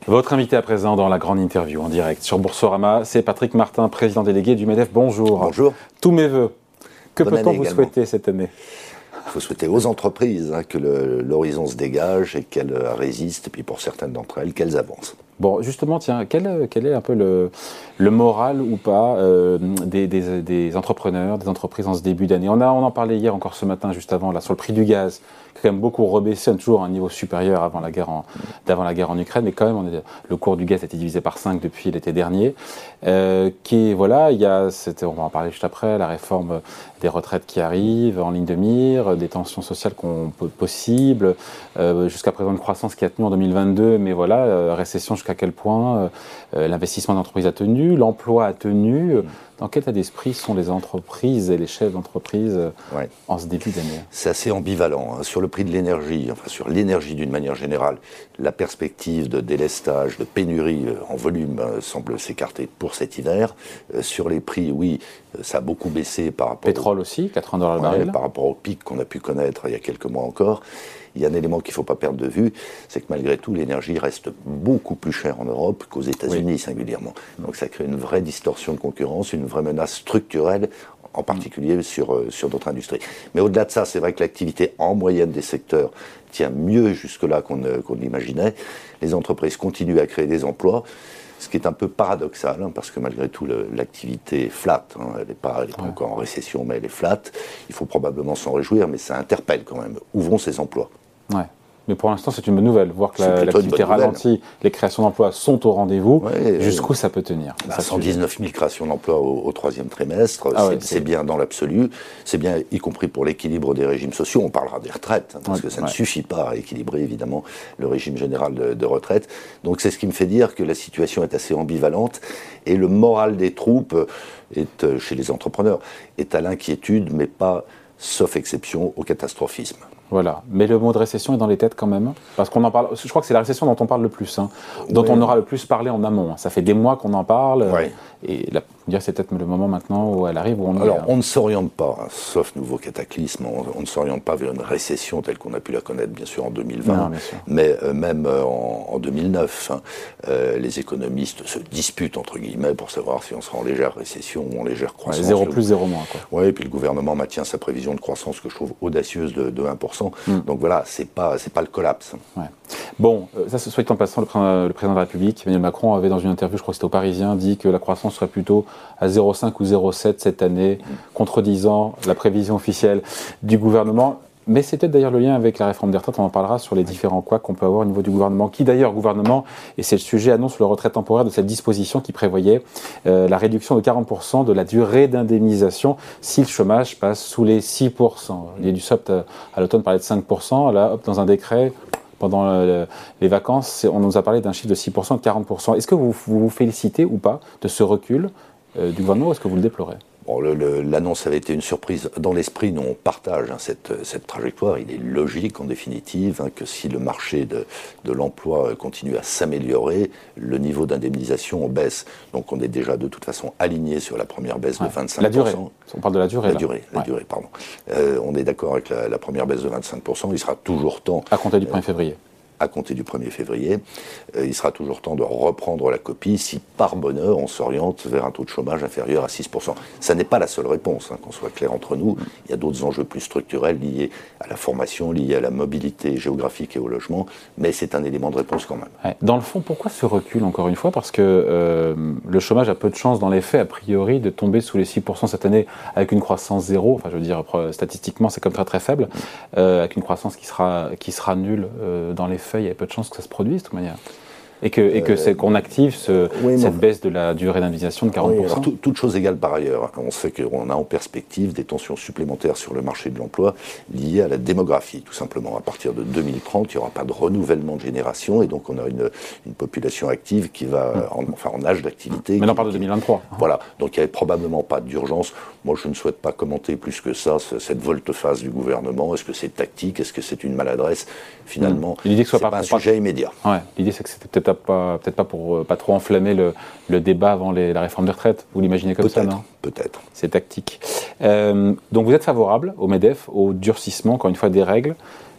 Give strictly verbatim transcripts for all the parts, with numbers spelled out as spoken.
Votre invité à présent dans la grande interview en direct sur Boursorama, c'est Patrick Martin, président délégué du MEDEF. Bonjour. Bonjour. Tous mes voeux. Que Bonne peut-on vous également. souhaiter cette année ? Il faut souhaiter aux entreprises hein, que le, l'horizon se dégage et qu'elles résistent, et puis pour certaines d'entre elles, qu'elles avancent. Bon, justement, tiens, quel, quel est un peu le, le moral ou pas euh, des, des, des entrepreneurs, des entreprises en ce début d'année ? On, a, on en parlait hier, encore ce matin, juste avant, là, sur le prix du gaz, qui a quand même beaucoup rebaissé, toujours à un niveau supérieur avant la guerre en, d'avant la guerre en Ukraine, mais quand même, on est, le cours du gaz a été divisé par cinq depuis l'été dernier. Euh, qui, voilà, il y a, c'était, on va en parler juste après, la réforme des retraites qui arrive en ligne de mire, des tensions sociales qu'on peut possibles, euh, jusqu'à présent une croissance qui a tenu en deux mille vingt-deux, mais voilà, euh, récession jusqu'à quel point euh, l'investissement d'entreprise a tenu, l'emploi a tenu. Euh, dans quel état d'esprit sont les entreprises et les chefs d'entreprise euh, ouais. en ce début d'année ? C'est assez ambivalent. Hein. Sur le prix de l'énergie, enfin sur l'énergie d'une manière générale, la perspective de délestage, de pénurie euh, en volume euh, semble s'écarter pour cet hiver. Euh, sur les prix, oui, euh, ça a beaucoup baissé par rapport Pétrole au... aussi, quatre-vingts dollars le ouais, baril. Par rapport au pic qu'on a pu connaître il y a quelques mois encore. Il y a un élément qu'il ne faut pas perdre de vue, c'est que malgré tout, l'énergie reste beaucoup plus chère en Europe qu'aux États-Unis oui. singulièrement. Donc ça crée une vraie distorsion de concurrence, une vraie menace structurelle, en particulier mmh. sur, euh, sur d'autres industries. Mais au-delà de ça, c'est vrai que l'activité en moyenne des secteurs tient mieux jusque-là qu'on, euh, qu'on l'imaginait. Les entreprises continuent à créer des emplois, ce qui est un peu paradoxal, hein, parce que malgré tout, le, l'activité est flat. Hein, elle n'est pas, elle est pas ouais. encore en récession, mais elle est flat. Il faut probablement s'en réjouir, mais ça interpelle quand même. Où vont ces emplois ? Ouais. Mais pour l'instant, c'est une bonne nouvelle. Voir que la, l'activité ralentit, les créations d'emplois sont au rendez-vous. Ouais, jusqu'où euh, ça peut tenir bah, ça cent dix-neuf mille créations d'emplois au, au troisième trimestre, ah c'est, ouais, c'est... c'est bien dans l'absolu. C'est bien, y compris pour l'équilibre des régimes sociaux. On parlera des retraites, hein, parce ouais, que ça ouais. ne suffit pas à équilibrer, évidemment, le régime général de, de retraite. Donc c'est ce qui me fait dire que la situation est assez ambivalente. Et le moral des troupes, est, chez les entrepreneurs, est à l'inquiétude, mais pas, sauf exception, au catastrophisme. Voilà, mais le mot de récession est dans les têtes quand même, parce qu'on en parle. Je crois que c'est la récession dont on parle le plus, hein, dont oui. on aura le plus parlé en amont. Ça fait des mois qu'on en parle, oui. et la, c'est peut-être le moment maintenant où elle arrive, où on. Alors, est, on ne s'oriente pas, hein, sauf nouveau cataclysme, on, on ne s'oriente pas vers une récession telle qu'on a pu la connaître bien sûr en deux mille vingt, non, mais euh, même euh, en, en deux mille neuf, hein, euh, les économistes se disputent entre guillemets pour savoir si on sera en légère récession ou en légère croissance. Ouais, zéro plus, zéro moins, quoi. Oui, et puis le gouvernement maintient sa prévision de croissance que je trouve audacieuse de, de un pour cent. Mm. Donc voilà, c'est pas, c'est pas le collapse. Ouais. Bon, euh, ça, soit en passant, le, le président de la République, Emmanuel Macron, avait dans une interview, je crois que c'était au Parisien, dit que la croissance serait plutôt à zéro virgule cinq ou zéro virgule sept cette année, mmh. contredisant la prévision officielle du gouvernement. Mais c'est peut-être d'ailleurs le lien avec la réforme des retraites, on en parlera sur les différents couacs qu'on peut avoir au niveau du gouvernement, qui d'ailleurs, gouvernement, et c'est le sujet, annonce le retrait temporaire de cette disposition qui prévoyait euh, la réduction de quarante pour cent de la durée d'indemnisation si le chômage passe sous les six pour cent. Il y a du S O P T à l'automne parlait de cinq pour cent, là, hop, dans un décret, pendant le, les vacances, on nous a parlé d'un chiffre de six pour cent, de quarante pour cent. Est-ce que vous vous, vous félicitez ou pas de ce recul euh, du gouvernement, ou est-ce que vous le déplorez ? Bon, le, le, l'annonce avait été une surprise. Dans l'esprit, nous, on partage hein, cette, cette trajectoire. Il est logique, en définitive, hein, que si le marché de, de l'emploi continue à s'améliorer, le niveau d'indemnisation baisse. Donc, on est déjà, de toute façon, aligné sur la première baisse ouais. de vingt-cinq pour cent. La durée. On parle de la durée, La là. durée, la ouais. durée, pardon. Euh, on est d'accord avec la, la première baisse de vingt-cinq pour cent. Il sera toujours temps... À compter du premier février. À compter du premier février, euh, il sera toujours temps de reprendre la copie si, par bonheur, on s'oriente vers un taux de chômage inférieur à six pour cent. Ça n'est pas la seule réponse, hein, qu'on soit clair entre nous. Il y a d'autres enjeux plus structurels liés à la formation, liés à la mobilité géographique et au logement, mais c'est un élément de réponse quand même. Ouais. Dans le fond, pourquoi ce recul, encore une fois ? Parce que euh, le chômage a peu de chances, dans les faits, a priori, de tomber sous les six pour cent cette année avec une croissance zéro. Enfin, je veux dire, statistiquement, c'est comme très très faible, euh, avec une croissance qui sera, qui sera nulle euh, dans les faits. Il y a peu de chances que ça se produise de toute manière. Et, que, et que c'est, qu'on active ce, oui, cette baisse de la durée d'indemnisation de quarante pour cent. Oui, alors, tout, toute chose égale par ailleurs. On sait qu'on a en perspective des tensions supplémentaires sur le marché de l'emploi liées à la démographie, tout simplement. À partir de deux mille trente, il n'y aura pas de renouvellement de génération et donc on a une, une population active qui va, mmh. en, enfin en âge d'activité. Mais on parle de deux mille vingt-trois. Qui, voilà, donc il n'y avait probablement pas d'urgence. Moi, je ne souhaite pas commenter plus que ça cette volte-face du gouvernement. Est-ce que c'est tactique ? Est-ce que c'est une maladresse ? Finalement, mmh. l'idée que ce soit c'est pas, pas un sujet pas... immédiat. Ouais, l'idée, c'est que c'était peut-être Pas, peut-être pas pour euh, pas trop enflammer le, le débat avant les, la réforme des retraites. Vous l'imaginez comme peut-être, ça, non ? Peut-être. C'est tactique. Euh, donc vous êtes favorable au MEDEF, au durcissement, encore une fois, des règles.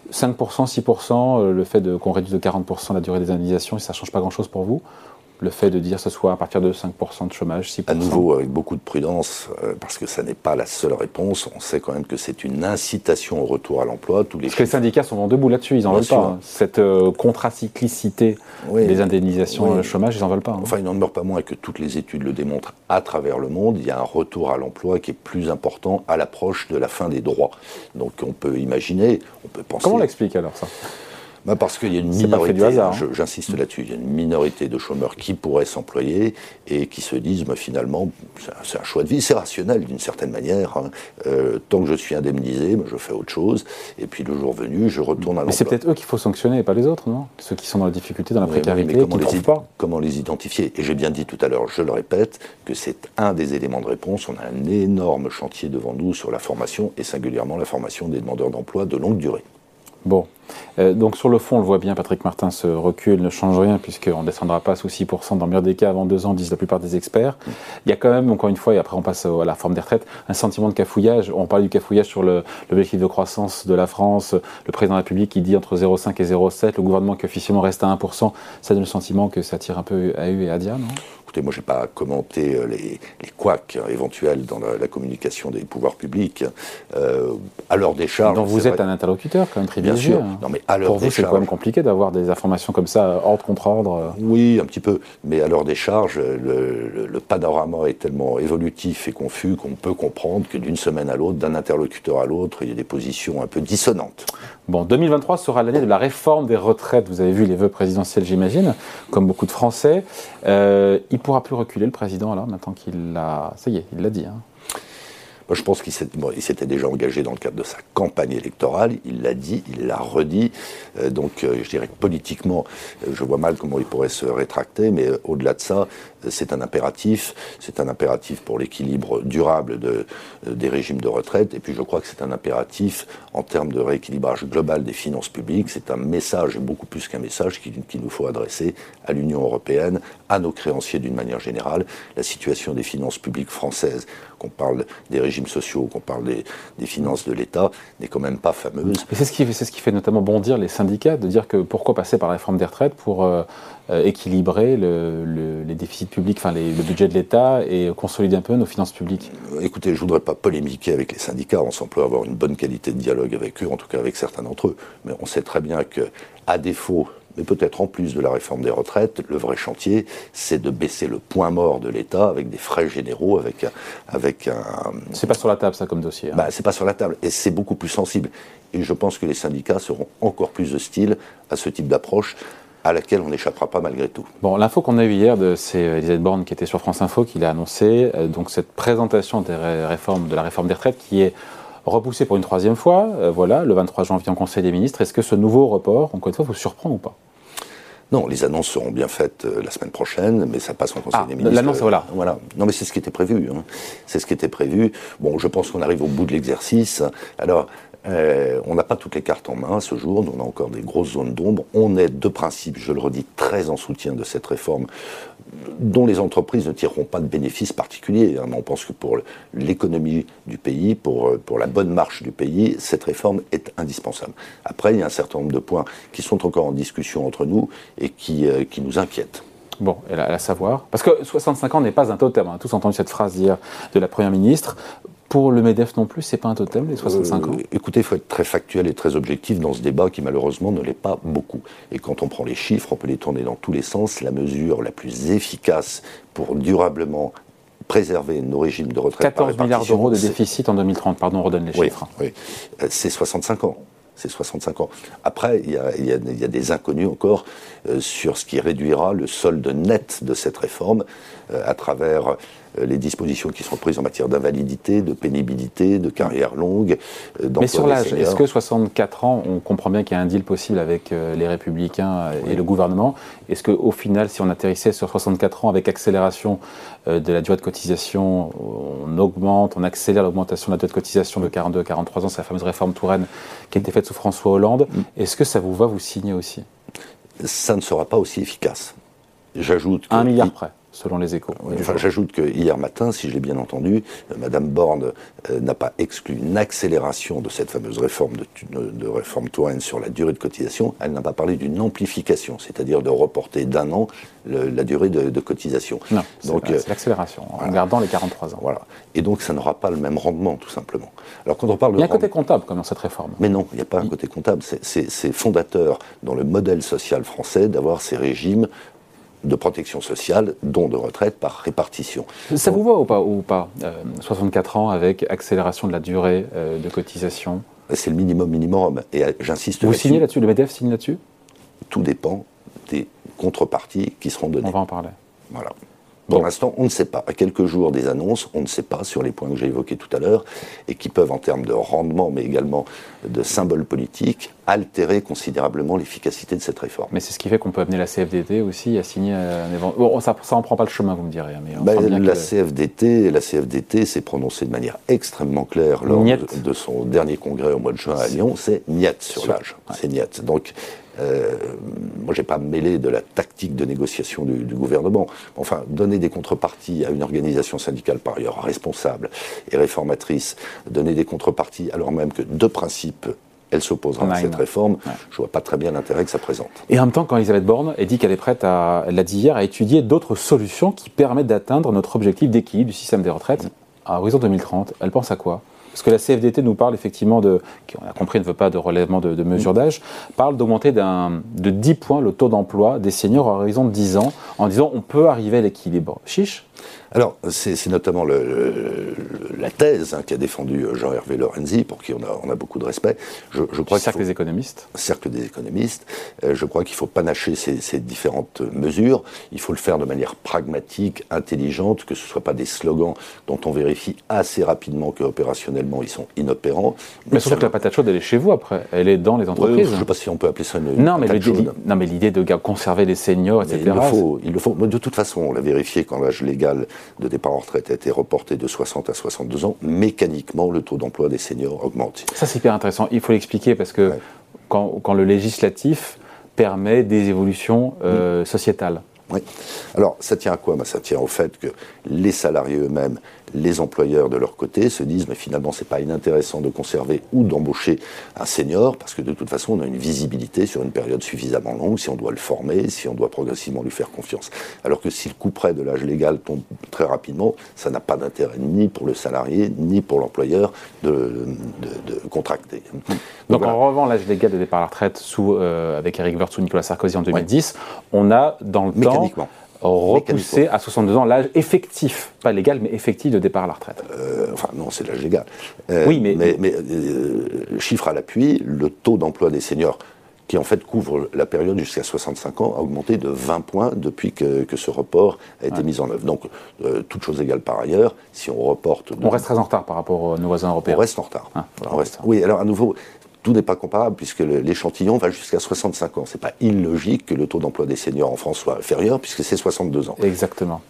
cinq pour cent, six pour cent, le fait de, qu'on réduise de quarante pour cent la durée des indemnisations, ça ne change pas grand-chose pour vous? Le fait de dire que ce soit à partir de cinq pour cent de chômage, six pour cent. À nouveau, avec beaucoup de prudence, euh, parce que ça n'est pas la seule réponse. On sait quand même que c'est une incitation au retour à l'emploi. Tous les parce que les syndicats sont debout là-dessus, ils n'en veulent pas. Hein. Cette euh, contracyclicité oui, des indemnisations oui. chômage, ils n'en veulent pas. Hein. Enfin, il n'en demeure pas moins que toutes les études le démontrent à travers le monde. Il y a un retour à l'emploi qui est plus important à l'approche de la fin des droits. Donc on peut imaginer, on peut penser... Comment on l'explique alors ça? Ben parce qu'il y a une minorité, hasard, hein. j'insiste là-dessus, il y a une minorité de chômeurs qui pourraient s'employer et qui se disent, ben finalement, c'est un, c'est un choix de vie, c'est rationnel d'une certaine manière. Hein. Euh, tant que je suis indemnisé, ben je fais autre chose, et puis le jour venu, je retourne à l'emploi. Mais c'est peut-être eux qu'il faut sanctionner, et pas les autres, non? Ceux qui sont dans la difficulté, dans la précarité, oui, qui ne trouvent pas. Comment les identifier? Et j'ai bien dit tout à l'heure, je le répète, que c'est un des éléments de réponse. On a un énorme chantier devant nous sur la formation, et singulièrement la formation des demandeurs d'emploi de longue durée. Bon, euh, donc sur le fond, on le voit bien, Patrick Martin, ce recul ne change rien puisqu'on ne descendra pas sous six pour cent dans le meilleur des cas avant deux ans, disent la plupart des experts. Mmh. Il y a quand même, encore une fois, et après on passe à la réforme des retraites, un sentiment de cafouillage. On parle du cafouillage sur le, l'objectif de croissance de la France, le président de la République qui dit entre zéro virgule cinq et zéro virgule sept, le gouvernement qui officiellement reste à un pour cent, ça donne le sentiment que ça tire un peu à U et à Dia, non? Écoutez, moi je n'ai pas commenté les, les couacs éventuels dans la, la communication des pouvoirs publics. Euh, à leur décharge... Donc vous êtes vrai. un interlocuteur quand même privilégié. Bien sûr. Non, mais à leur Pour vous, décharge, c'est quand même compliqué d'avoir des informations comme ça, ordre contre ordre. Oui, un petit peu. Mais à leur décharge, le, le, le panorama est tellement évolutif et confus qu'on peut comprendre que d'une semaine à l'autre, d'un interlocuteur à l'autre, il y a des positions un peu dissonantes. Bon, deux mille vingt-trois sera l'année de la réforme des retraites. Vous avez vu les vœux présidentiels, j'imagine, comme beaucoup de Français. Euh, il ne pourra plus reculer, le président, là, maintenant qu'il l'a... Ça y est, il l'a dit, hein. Moi, je pense qu'il s'était, bon, il s'était déjà engagé dans le cadre de sa campagne électorale, il l'a dit, il l'a redit, euh, donc euh, je dirais que politiquement, euh, je vois mal comment il pourrait se rétracter, mais euh, au-delà de ça, euh, c'est un impératif, c'est un impératif pour l'équilibre durable de, euh, des régimes de retraite, et puis je crois que c'est un impératif en termes de rééquilibrage global des finances publiques, c'est un message, et beaucoup plus qu'un message, qu'il, qu'il nous faut adresser à l'Union européenne, à nos créanciers d'une manière générale. La situation des finances publiques françaises, qu'on parle des régimes sociaux, qu'on parle des, des finances de l'État, n'est quand même pas fameuse. Et c'est ce qui, c'est ce qui fait notamment bondir les syndicats, de dire que pourquoi passer par la réforme des retraites pour euh, euh, équilibrer le, le, les déficits publics, enfin les, le budget de l'État et consolider un peu nos finances publiques. Écoutez, je ne voudrais pas polémiquer avec les syndicats, on s'emploie à avoir une bonne qualité de dialogue avec eux, en tout cas avec certains d'entre eux, mais on sait très bien qu'à défaut, mais peut-être en plus de la réforme des retraites, le vrai chantier, c'est de baisser le point mort de l'État avec des frais généraux, avec, avec un... C'est pas sur la table, ça, comme dossier. Hein. Bah, c'est pas sur la table, et c'est beaucoup plus sensible. Et je pense que les syndicats seront encore plus hostiles à ce type d'approche, à laquelle on n'échappera pas malgré tout. Bon, l'info qu'on a eue hier, de, c'est Elisabeth Borne qui était sur France Info, qui l'a annoncé, euh, donc cette présentation des réformes, de la réforme des retraites qui est repoussée pour une troisième fois, euh, voilà, le vingt-trois janvier en Conseil des ministres. Est-ce que ce nouveau report, encore une fois, vous surprend ou pas ? Non, les annonces seront bien faites euh, la semaine prochaine, mais ça passe en Conseil ah, des ministres. L'annonce, voilà. Euh, voilà. Non, mais c'est ce qui était prévu. Hein. C'est ce qui était prévu. Bon, je pense qu'on arrive au bout de l'exercice. Alors, euh, on n'a pas toutes les cartes en main ce jour. On a encore des grosses zones d'ombre. On est de principe, je le redis, très en soutien de cette réforme, dont les entreprises ne tireront pas de bénéfices particuliers. Hein. On pense que pour l'économie du pays, pour, pour la bonne marche du pays, cette réforme est indispensable. Après, il y a un certain nombre de points qui sont encore en discussion entre nous et qui, euh, qui nous inquiètent. Bon, et à, à savoir, parce que soixante-cinq ans n'est pas un totem. On a tous entendu cette phrase hier de la Première ministre. Pour le MEDEF non plus, c'est pas un totem, les soixante-cinq ans ? euh, Écoutez, il faut être très factuel et très objectif dans ce débat qui malheureusement ne l'est pas beaucoup. Et quand on prend les chiffres, on peut les tourner dans tous les sens. La mesure la plus efficace pour durablement préserver nos régimes de retraite quatorze milliards d'euros de déficit en deux mille trente, pardon, on redonne les oui, chiffres. Oui, c'est soixante-cinq ans. C'est soixante-cinq ans. Après, il y a, il y a, il y a des inconnus encore euh, sur ce qui réduira le solde net de cette réforme euh, à travers euh, les dispositions qui sont prises en matière d'invalidité, de pénibilité, de carrière longue, euh, d'emploi. Mais sur l'âge, seniors. Est-ce que soixante-quatre ans, on comprend bien qu'il y a un deal possible avec euh, les Républicains et oui. le gouvernement. Est-ce qu'au final, si on atterrissait sur soixante-quatre ans avec accélération euh, de la durée de cotisation, on augmente, on accélère l'augmentation de la durée de cotisation de quarante-deux à quarante-trois ans, c'est la fameuse réforme Touraine qui a été faite sous François Hollande. Mm. Est-ce que ça vous va vous signer aussi ? Ça ne sera pas aussi efficace. J'ajoute que un milliard près. selon les Échos. Oui, enfin, j'ajoute que hier matin, si je l'ai bien entendu, euh, Madame Borne euh, n'a pas exclu une accélération de cette fameuse réforme de, de, de réforme Touraine sur la durée de cotisation. Elle n'a pas parlé d'une amplification, c'est-à-dire de reporter d'un an le, la durée de, de cotisation. Non, donc c'est, euh, c'est l'accélération, en voilà. gardant les quarante-trois ans. Voilà. Et donc ça n'aura pas le même rendement, tout simplement. Alors quand on parle de il y a un rend... côté comptable comme dans cette réforme. Mais non, il n'y a pas un côté comptable. C'est, c'est, c'est fondateur dans le modèle social français d'avoir ces régimes de protection sociale, dont de retraite par répartition. Ça Donc, vous va ou pas, ou pas euh, soixante-quatre ans avec accélération de la durée euh, de cotisation? C'est le minimum minimum, et j'insiste Vous là-dessus. signez là-dessus, le M E D E F signe là-dessus? Tout dépend des contreparties qui seront données. On va en parler. Voilà. Pour bon. l'instant, on ne sait pas. À quelques jours des annonces, on ne sait pas sur les points que j'ai évoqués tout à l'heure et qui peuvent, en termes de rendement, mais également de symboles politiques, altérer considérablement l'efficacité de cette réforme. Mais c'est ce qui fait qu'on peut amener la C F D T aussi à signer un événement. Bon, ça n'en prend pas le chemin, vous me direz. Mais ben, la, que... C F D T, la C F D T s'est prononcée de manière extrêmement claire lors de, de son dernier congrès au mois de juin à Lyon. C'est niet sur, sur l'âge. Ouais. C'est niet. Donc, Euh, moi, je n'ai pas mêlé de la tactique de négociation du, du gouvernement. Enfin, donner des contreparties à une organisation syndicale par ailleurs responsable et réformatrice, donner des contreparties alors même que, de principe, elle s'opposera à cette réforme, ouais. je ne vois pas très bien l'intérêt que ça présente. Et en même temps, quand Elisabeth Borne dit qu'elle est prête, à, elle l'a dit hier, à étudier d'autres solutions qui permettent d'atteindre notre objectif d'équilibre du système des retraites mmh. à horizon deux mille trente, elle pense à quoi ? Parce que la C F D T nous parle effectivement de, on a compris, ne veut pas de relèvement de, de mesure d'âge, parle d'augmenter d'un, de dix points le taux d'emploi des seniors à horizon de dix ans, en disant on peut arriver à l'équilibre. Chiche ? Alors, c'est, c'est notamment le, le, la thèse hein, qu'a défendue Jean-Hervé Lorenzi, pour qui on a, on a beaucoup de respect. Je, je crois cercle qu'il faut, des économistes. Cercle des économistes. Euh, je crois qu'il faut panacher ces, ces différentes mesures. Il faut le faire de manière pragmatique, intelligente, que ce ne soit pas des slogans dont on vérifie assez rapidement qu'opérationnellement ils sont inopérants. Mais, mais surtout que la patate chaude, elle est chez vous après. Elle est dans les entreprises. Ouais, je ne sais pas si on peut appeler ça une, non, une mais patate l'idée, chaude. Non, mais l'idée de conserver les seniors, et cetera. Il le faut. Il le faut. Mais de toute façon, on l'a vérifié quand l'âge légal de départ en retraite a été reporté de soixante à soixante-deux ans, mécaniquement, le taux d'emploi des seniors augmente. Ça, c'est hyper intéressant. Il faut l'expliquer parce que ouais. quand, quand le législatif permet des évolutions euh, mmh. sociétales. Oui. Alors, ça tient à quoi ? Ben, ça tient au fait que les salariés eux-mêmes, les employeurs de leur côté se disent mais finalement c'est pas inintéressant de conserver ou d'embaucher un senior parce que de toute façon on a une visibilité sur une période suffisamment longue si on doit le former, si on doit progressivement lui faire confiance. Alors que si le couperet de l'âge légal tombe très rapidement, ça n'a pas d'intérêt ni pour le salarié ni pour l'employeur de, de, de contracter. Donc, Donc voilà. En relevant l'âge légal de départ à la retraite sous, euh, avec Éric Woerth sous Nicolas Sarkozy en deux mille dix, ouais. on a dans le Mécaniquement. temps repousser à soixante-deux ans l'âge effectif, pas légal, mais effectif de départ à la retraite. Euh, enfin, non, c'est l'âge légal. Euh, oui, mais... Mais, mais euh, chiffre à l'appui, le taux d'emploi des seniors, qui en fait couvre la période jusqu'à soixante-cinq ans, a augmenté de vingt points depuis que, que ce report a été ouais. mis en œuvre. Donc, euh, toutes choses égales par ailleurs, si on reporte... De... On reste très en retard par rapport à nos voisins européens. On reste en retard. Ah, voilà, on reste... Oui, alors à nouveau... Tout n'est pas comparable puisque l'échantillon va jusqu'à soixante-cinq ans. Ce n'est pas illogique que le taux d'emploi des seniors en France soit inférieur puisque c'est soixante-deux ans. Exactement.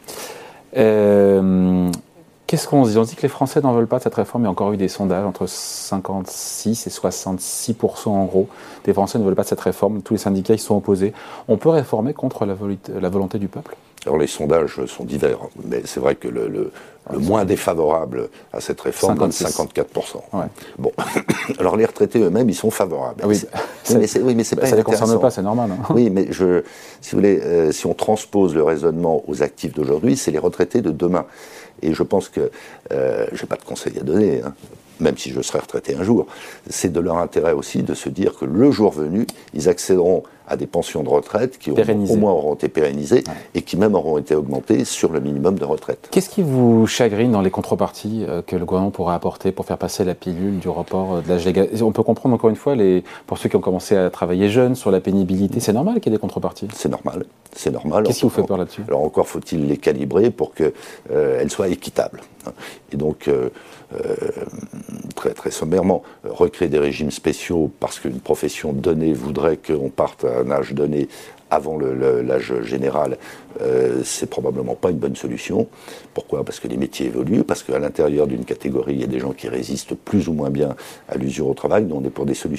Euh, qu'est-ce qu'on dit ? On dit que les Français n'en veulent pas de cette réforme. Il y a encore eu des sondages entre cinquante-six et soixante-six pour cent en gros. Des Français ne veulent pas de cette réforme. Tous les syndicats y sont opposés. On peut réformer contre la, vol- la volonté du peuple ? Alors les sondages sont divers, mais c'est vrai que le, le, le moins défavorable à cette réforme donne cinquante-quatre pour cent. Ouais. Bon, alors les retraités eux-mêmes, ils sont favorables. Ah oui, c'est, mais c'est, oui, mais c'est bah, pas ça ne les concerne pas, c'est normal. Hein. Oui, mais je, si vous voulez, euh, si on transpose le raisonnement aux actifs d'aujourd'hui, c'est les retraités de demain. Et je pense que, euh, je n'ai pas de conseil à donner, hein, même si je serai retraité un jour, c'est de leur intérêt aussi de se dire que le jour venu, ils accéderont à des pensions de retraite qui auront, au moins auront été pérennisées ouais. et qui même auront été augmentées sur le minimum de retraite. Qu'est-ce qui vous chagrine dans les contreparties euh, que le gouvernement pourrait apporter pour faire passer la pilule du report euh, de l'âge légal ? On peut comprendre encore une fois, les, pour ceux qui ont commencé à travailler jeunes, sur la pénibilité, c'est normal qu'il y ait des contreparties ? C'est normal, c'est normal. Qu'est-ce qui vous fait peur là-dessus ? Alors encore faut-il les calibrer pour qu'elles euh, soient équitables. Et donc, euh, euh, très, très sommairement, recréer des régimes spéciaux parce qu'une profession donnée voudrait qu'on parte à un âge donné avant le, le, l'âge général, euh, c'est probablement pas une bonne solution. Pourquoi ? Parce que les métiers évoluent, parce qu'à l'intérieur d'une catégorie, il y a des gens qui résistent plus ou moins bien à l'usure au travail, donc on est pour des solutions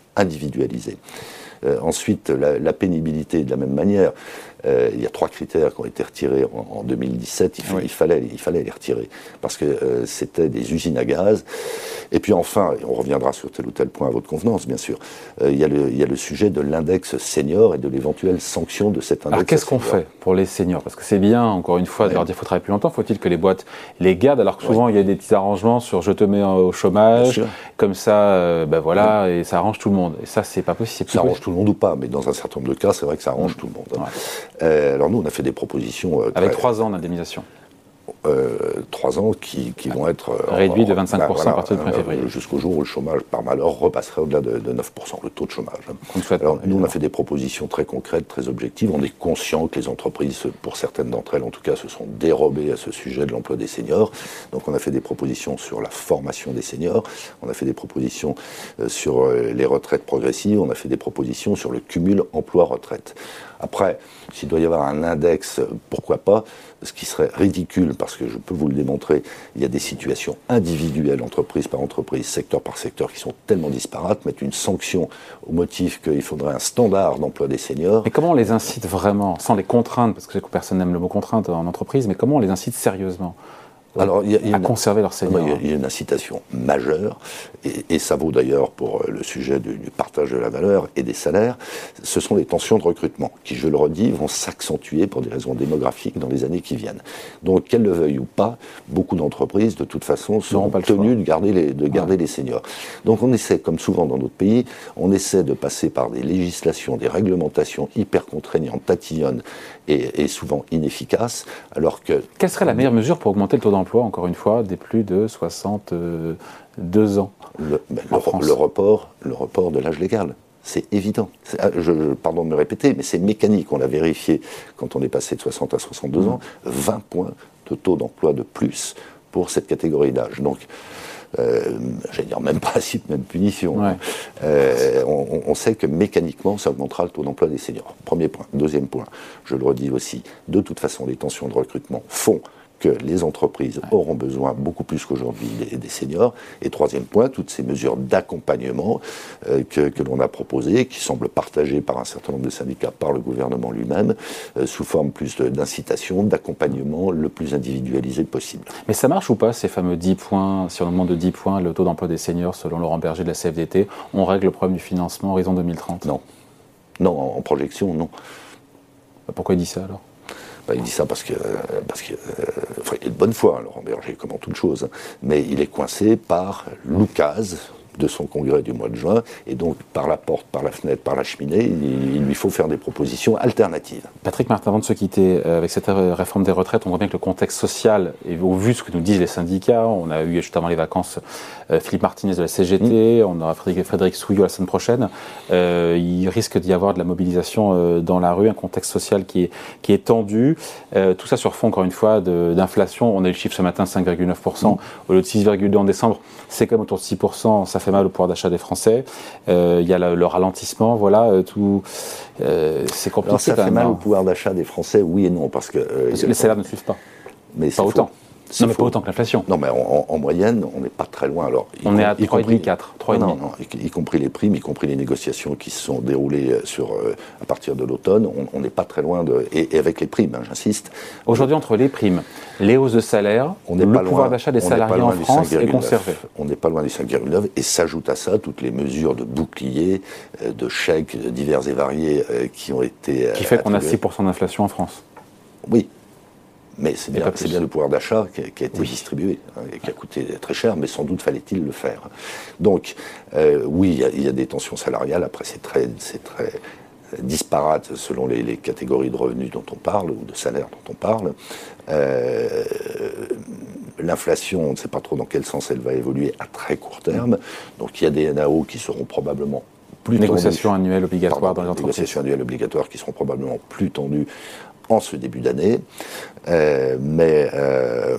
individualisée. Euh, ensuite, la, la pénibilité, de la même manière, euh, il y a trois critères qui ont été retirés en, en deux mille dix-sept, il, oui. il, fallait, il fallait les retirer, parce que euh, c'était des usines à gaz. Et puis enfin, et on reviendra sur tel ou tel point à votre convenance, bien sûr, euh, il, y a le, il y a le sujet de l'index senior et de l'éventuelle sanction de cet index. Alors qu'est-ce qu'on fait pour les seniors? Parce que c'est bien, encore une fois, de ouais. leur dire qu'il faut travailler plus longtemps, faut-il que les boîtes les gardent, alors que souvent ouais. il y a des petits arrangements sur je te mets au chômage, comme ça, euh, ben voilà, ouais. et ça arrange tout le monde. Et ça, c'est pas possible. Ça arrange tout le monde ou pas, mais dans un certain nombre de cas, c'est vrai que ça arrange mmh. tout le monde. Hein. Ouais. Euh, alors nous, on a fait des propositions... Euh, Avec trois ans d'indemnisation. Euh, trois ans qui, qui vont être... Euh, réduits de vingt-cinq pour cent bah, voilà, à partir du premier février. Jusqu'au jour où le chômage, par malheur, repasserait au-delà de, de neuf pour cent, le taux de chômage. Souhaite, alors nous, on a fait des propositions très concrètes, très objectives. On est conscient que les entreprises, pour certaines d'entre elles en tout cas, se sont dérobées à ce sujet de l'emploi des seniors. Donc on a fait des propositions sur la formation des seniors, on a fait des propositions euh, sur euh, les retraites progressives, on a fait des propositions sur le cumul emploi-retraite. Après, s'il doit y avoir un index, pourquoi pas, ce qui serait ridicule, parce que je peux vous le démontrer, il y a des situations individuelles, entreprise par entreprise, secteur par secteur, qui sont tellement disparates, mettre une sanction au motif qu'il faudrait un standard d'emploi des seniors. Mais comment on les incite vraiment, sans les contraindre, parce que personne n'aime le mot contrainte en entreprise, mais comment on les incite sérieusement Alors, il y a, il y a à une, conserver leur seniors? Il y a une incitation majeure, et, et ça vaut d'ailleurs pour le sujet du, du partage de la valeur et des salaires. Ce sont les tensions de recrutement, qui, je le redis, vont s'accentuer pour des raisons démographiques dans les années qui viennent. Donc, qu'elles le veuillent ou pas, beaucoup d'entreprises, de toute façon, seront tenues de garder, les, de garder ouais. les seniors. Donc, on essaie, comme souvent dans notre pays, on essaie de passer par des législations, des réglementations hyper contraignantes, tatillonnes et, et souvent inefficaces, alors que... Quelle serait la meilleure mesure pour augmenter le taux d'emploi, encore une fois, des plus de soixante-deux ans le, ben, en le, France. Le report, le report de l'âge légal, c'est évident. C'est, je, je, pardon de me répéter, mais c'est mécanique. On l'a vérifié quand on est passé de soixante à soixante-deux mmh. ans, vingt points de taux d'emploi de plus pour cette catégorie d'âge. Donc, euh, j'allais dire même principe, même punition. Ouais. Euh, on, on sait que mécaniquement, ça augmentera le taux d'emploi des seniors. Premier point. Deuxième point, je le redis aussi, de toute façon, les tensions de recrutement font que les entreprises ouais. auront besoin beaucoup plus qu'aujourd'hui des, des seniors. Et troisième point, toutes ces mesures d'accompagnement euh, que, que l'on a proposées, qui semblent partagées par un certain nombre de syndicats, par le gouvernement lui-même, euh, sous forme plus d'incitation, d'accompagnement le plus individualisé possible. Mais ça marche ou pas, ces fameux dix points, si on demande de dix points le taux d'emploi des seniors, selon Laurent Berger de la C F D T, on règle le problème du financement horizon deux mille trente? Non. Non, en, en projection, non. Pourquoi il dit ça alors? Ben, il dit ça parce que, parce que euh, enfin, il est de bonne foi, hein, Laurent Berger, comme en toute chose, hein, mais il est coincé par l'oukase de son congrès du mois de juin, et donc par la porte, par la fenêtre, par la cheminée, il, il lui faut faire des propositions alternatives. Patrick Martin, avant de se quitter, euh, avec cette réforme des retraites, on voit bien que le contexte social, et au vu de ce que nous disent les syndicats, on a eu juste avant les vacances euh, Philippe Martinez de la C G T, mmh. on aura Frédéric, Frédéric Souillot la semaine prochaine, euh, il risque d'y avoir de la mobilisation euh, dans la rue, un contexte social qui est, qui est tendu, euh, tout ça sur fond, encore une fois, de, d'inflation. On a eu le chiffre ce matin, cinq virgule neuf pour cent, mmh. au lieu de six virgule deux pour cent en décembre, c'est quand même autour de six pour cent, ça fait mal au pouvoir d'achat des Français. Euh, il y a le, le ralentissement, voilà, euh, tout. Euh, c'est compliqué. Alors ça quand fait même, mal hein. au pouvoir d'achat des Français, oui et non, parce que euh, parce que les salaires ne suivent pas. Mais pas autant. C'est non, mais faux. pas autant que l'inflation. Non, mais en, en, en moyenne, on n'est pas très loin. Alors, on est à trois virgule cinq, quatre. trois non, virgule cinq. non, non, y, y compris les primes, y compris les négociations qui se sont déroulées sur, euh, à partir de l'automne. On n'est pas très loin de. Et, et avec les primes, hein, j'insiste. Aujourd'hui, entre les primes, les hausses de salaire, on le pas pouvoir loin, d'achat des salariés en France est conservé. On n'est pas loin du cinq virgule neuf. Et s'ajoute à ça toutes les mesures de bouclier, euh, de chèques divers et variés euh, qui ont été. Euh, qui fait qu'on a six pour cent d'inflation en France. Oui. Mais c'est bien, c'est bien le pouvoir d'achat qui a, qui a été oui. distribué, hein, et qui a coûté très cher, mais sans doute fallait-il le faire. Donc, euh, oui, il y, y a des tensions salariales. Après, c'est très, c'est très disparate selon les, les catégories de revenus dont on parle, ou de salaires dont on parle. Euh, l'inflation, on ne sait pas trop dans quel sens elle va évoluer à très court terme. Donc, il y a des N A O qui seront probablement plus négociations tendues. annuelles obligatoires Pardon, dans les entreprises. Négociations annuelles obligatoires qui seront probablement plus tendues en ce début d'année, euh, mais euh,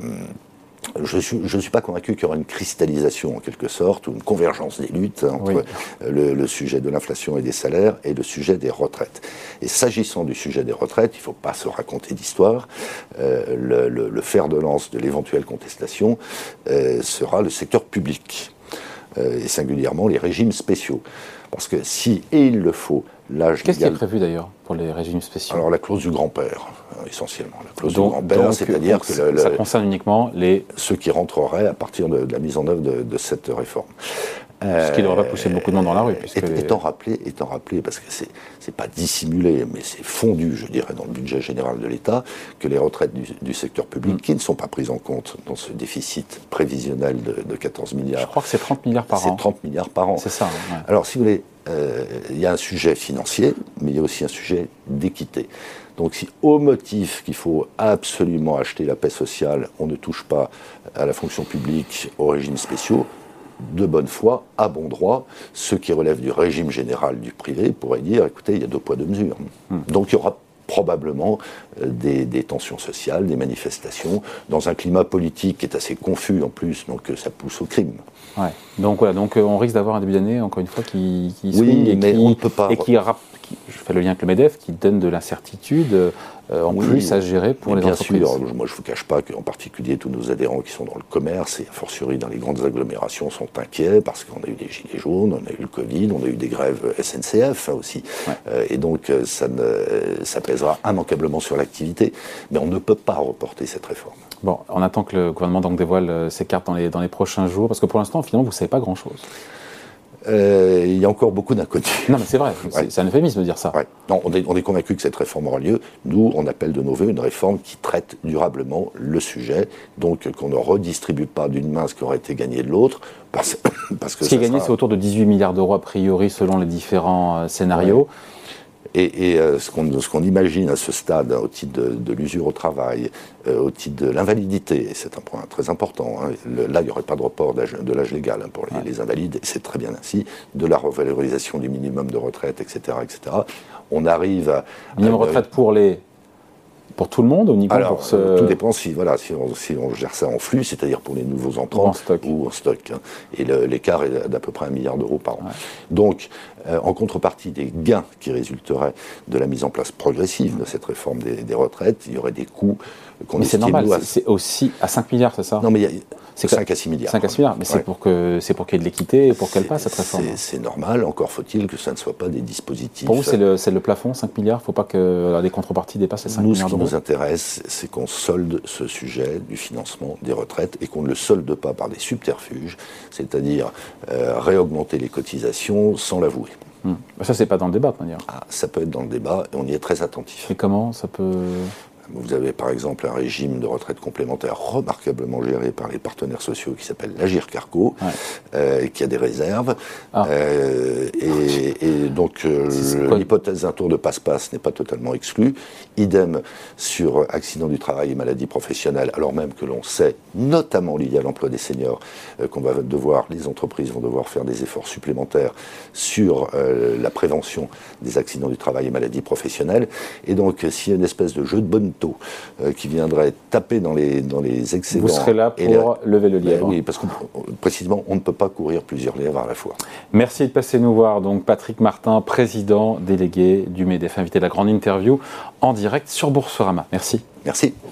je ne suis, je suis pas convaincu qu'il y aura une cristallisation en quelque sorte, ou une convergence des luttes entre oui. le, le sujet de l'inflation et des salaires et le sujet des retraites. Et s'agissant du sujet des retraites, il ne faut pas se raconter d'histoire, euh, le, le, le fer de lance de l'éventuelle contestation euh, sera le secteur public. euh, et singulièrement les régimes spéciaux. Parce que si, et il le faut, l'âge Qu'est-ce légal... qui est prévu d'ailleurs pour les régimes spéciaux? Alors la clause du grand-père, essentiellement. La clause donc, du grand-père, c'est-à-dire donc, que... Le, ça le, concerne uniquement les... ceux qui rentreraient à partir de, de la mise en œuvre de, de cette réforme. Ce qui devrait pousser beaucoup de monde dans la rue. Puisque étant, les... rappelé, étant rappelé, parce que c'est, c'est pas dissimulé, mais c'est fondu, je dirais, dans le budget général de l'État, que les retraites du, du secteur public, mmh. qui ne sont pas prises en compte dans ce déficit prévisionnel de, de quatorze milliards. Je crois que c'est trente milliards par c'est an. C'est trente milliards par an. C'est ça. Ouais. Alors, si vous voulez, euh, il y a un sujet financier, mais il y a aussi un sujet d'équité. Donc si au motif qu'il faut absolument acheter la paix sociale, on ne touche pas à la fonction publique, aux régimes spéciaux, de bonne foi, à bon droit, ceux qui relèvent du régime général du privé pourraient dire, écoutez, il y a deux poids, deux mesures. Mmh. Donc il y aura probablement euh, des, des tensions sociales, des manifestations, dans un climat politique qui est assez confus en plus, donc euh, ça pousse au crime. Ouais. Donc voilà, donc euh, on risque d'avoir un début d'année, encore une fois, qui, qui oui, swing et mais qui, on ne peut pas... et qui, qui, je fais le lien avec le MEDEF, qui donne de l'incertitude euh, en oui, plus à gérer pour les bien entreprises. Bien sûr, moi je ne vous cache pas qu'en particulier tous nos adhérents qui sont dans le commerce et a fortiori dans les grandes agglomérations sont inquiets parce qu'on a eu des gilets jaunes, on a eu le Covid, on a eu des grèves S N C F aussi. Ouais. Euh, et donc ça, ne, ça pèsera immanquablement sur l'activité. Mais on ne peut pas reporter cette réforme. Bon, on attend que le gouvernement donc dévoile euh, ses cartes dans les, dans les prochains jours, parce que pour l'instant, finalement, vous ne savez pas grand-chose. Euh, il y a encore beaucoup d'inconnus. Non, mais c'est vrai, c'est, ouais. c'est un euphémisme de dire ça. Ouais. Non, on est, on est convaincu que cette réforme aura lieu. Nous, on appelle de nos voeux une réforme qui traite durablement le sujet, donc qu'on ne redistribue pas d'une main ce qui aurait été gagné de l'autre. Parce, parce que ce qui est gagné, sera... c'est autour de dix-huit milliards d'euros a priori, selon les différents euh, scénarios. Ouais. Et, et euh, ce, qu'on, ce qu'on imagine à ce stade, hein, au titre de, de l'usure au travail, euh, au titre de l'invalidité, et c'est un point très important, hein, le, là il n'y aurait pas de report d'âge, de l'âge légal hein, pour les, ouais. les invalides, et c'est très bien ainsi, de la revalorisation du minimum de retraite, et cetera, et cetera. On arrive à... Minimum à, retraite pour les... Pour tout le monde ou uniquement Alors, pour ce... tout dépend si, voilà, si, on, si on gère ça en flux, c'est-à-dire pour les nouveaux entrants ou en stock. Ou en stock hein. Et le, l'écart est d'à peu près un milliard d'euros par an. Ouais. Donc, euh, en contrepartie des gains qui résulteraient de la mise en place progressive de cette réforme des, des retraites, il y aurait des coûts qu'on mais c'est normal, à... c'est, c'est aussi à cinq milliards, c'est ça? Non, mais il y a... C'est cinq à six milliards. cinq à six milliards, mais ouais. c'est, pour que, c'est pour qu'il y ait de l'équité et pour qu'elle passe cette réforme. C'est, c'est normal, encore faut-il que ça ne soit pas des dispositifs... Pour vous, c'est le, c'est le plafond, cinq milliards, il ne faut pas que les contreparties dépassent les cinq nous, milliards d'euros. Nous, ce qui nous intéresse, c'est qu'on solde ce sujet du financement des retraites et qu'on ne le solde pas par des subterfuges, c'est-à-dire euh, réaugmenter les cotisations sans l'avouer. Hum. Ça, c'est pas dans le débat, de manière. Ah, ça peut être dans le débat et on y est très attentif. Et comment ça peut... Vous avez par exemple un régime de retraite complémentaire remarquablement géré par les partenaires sociaux qui s'appelle l'Agirc-Arrco, ouais. euh, qui a des réserves. Ah. Euh, et, et donc euh, l'hypothèse d'un tour de passe-passe n'est pas totalement exclue. Idem sur accident du travail et maladie professionnelle, alors même que l'on sait, notamment lié à l'emploi des seniors, euh, qu'on va devoir, les entreprises vont devoir faire des efforts supplémentaires sur euh, la prévention des accidents du travail et maladies professionnelles. Et donc s'il y a une espèce de jeu de bonne Euh, qui viendrait taper dans les, dans les excédents. Vous serez là pour les... lever le lièvre. Ben oui, parce que précisément, on ne peut pas courir plusieurs lièvres à la fois. Merci de passer nous voir. Donc Patrick Martin, président délégué du MEDEF, invité de la grande interview en direct sur Boursorama. Merci. Merci.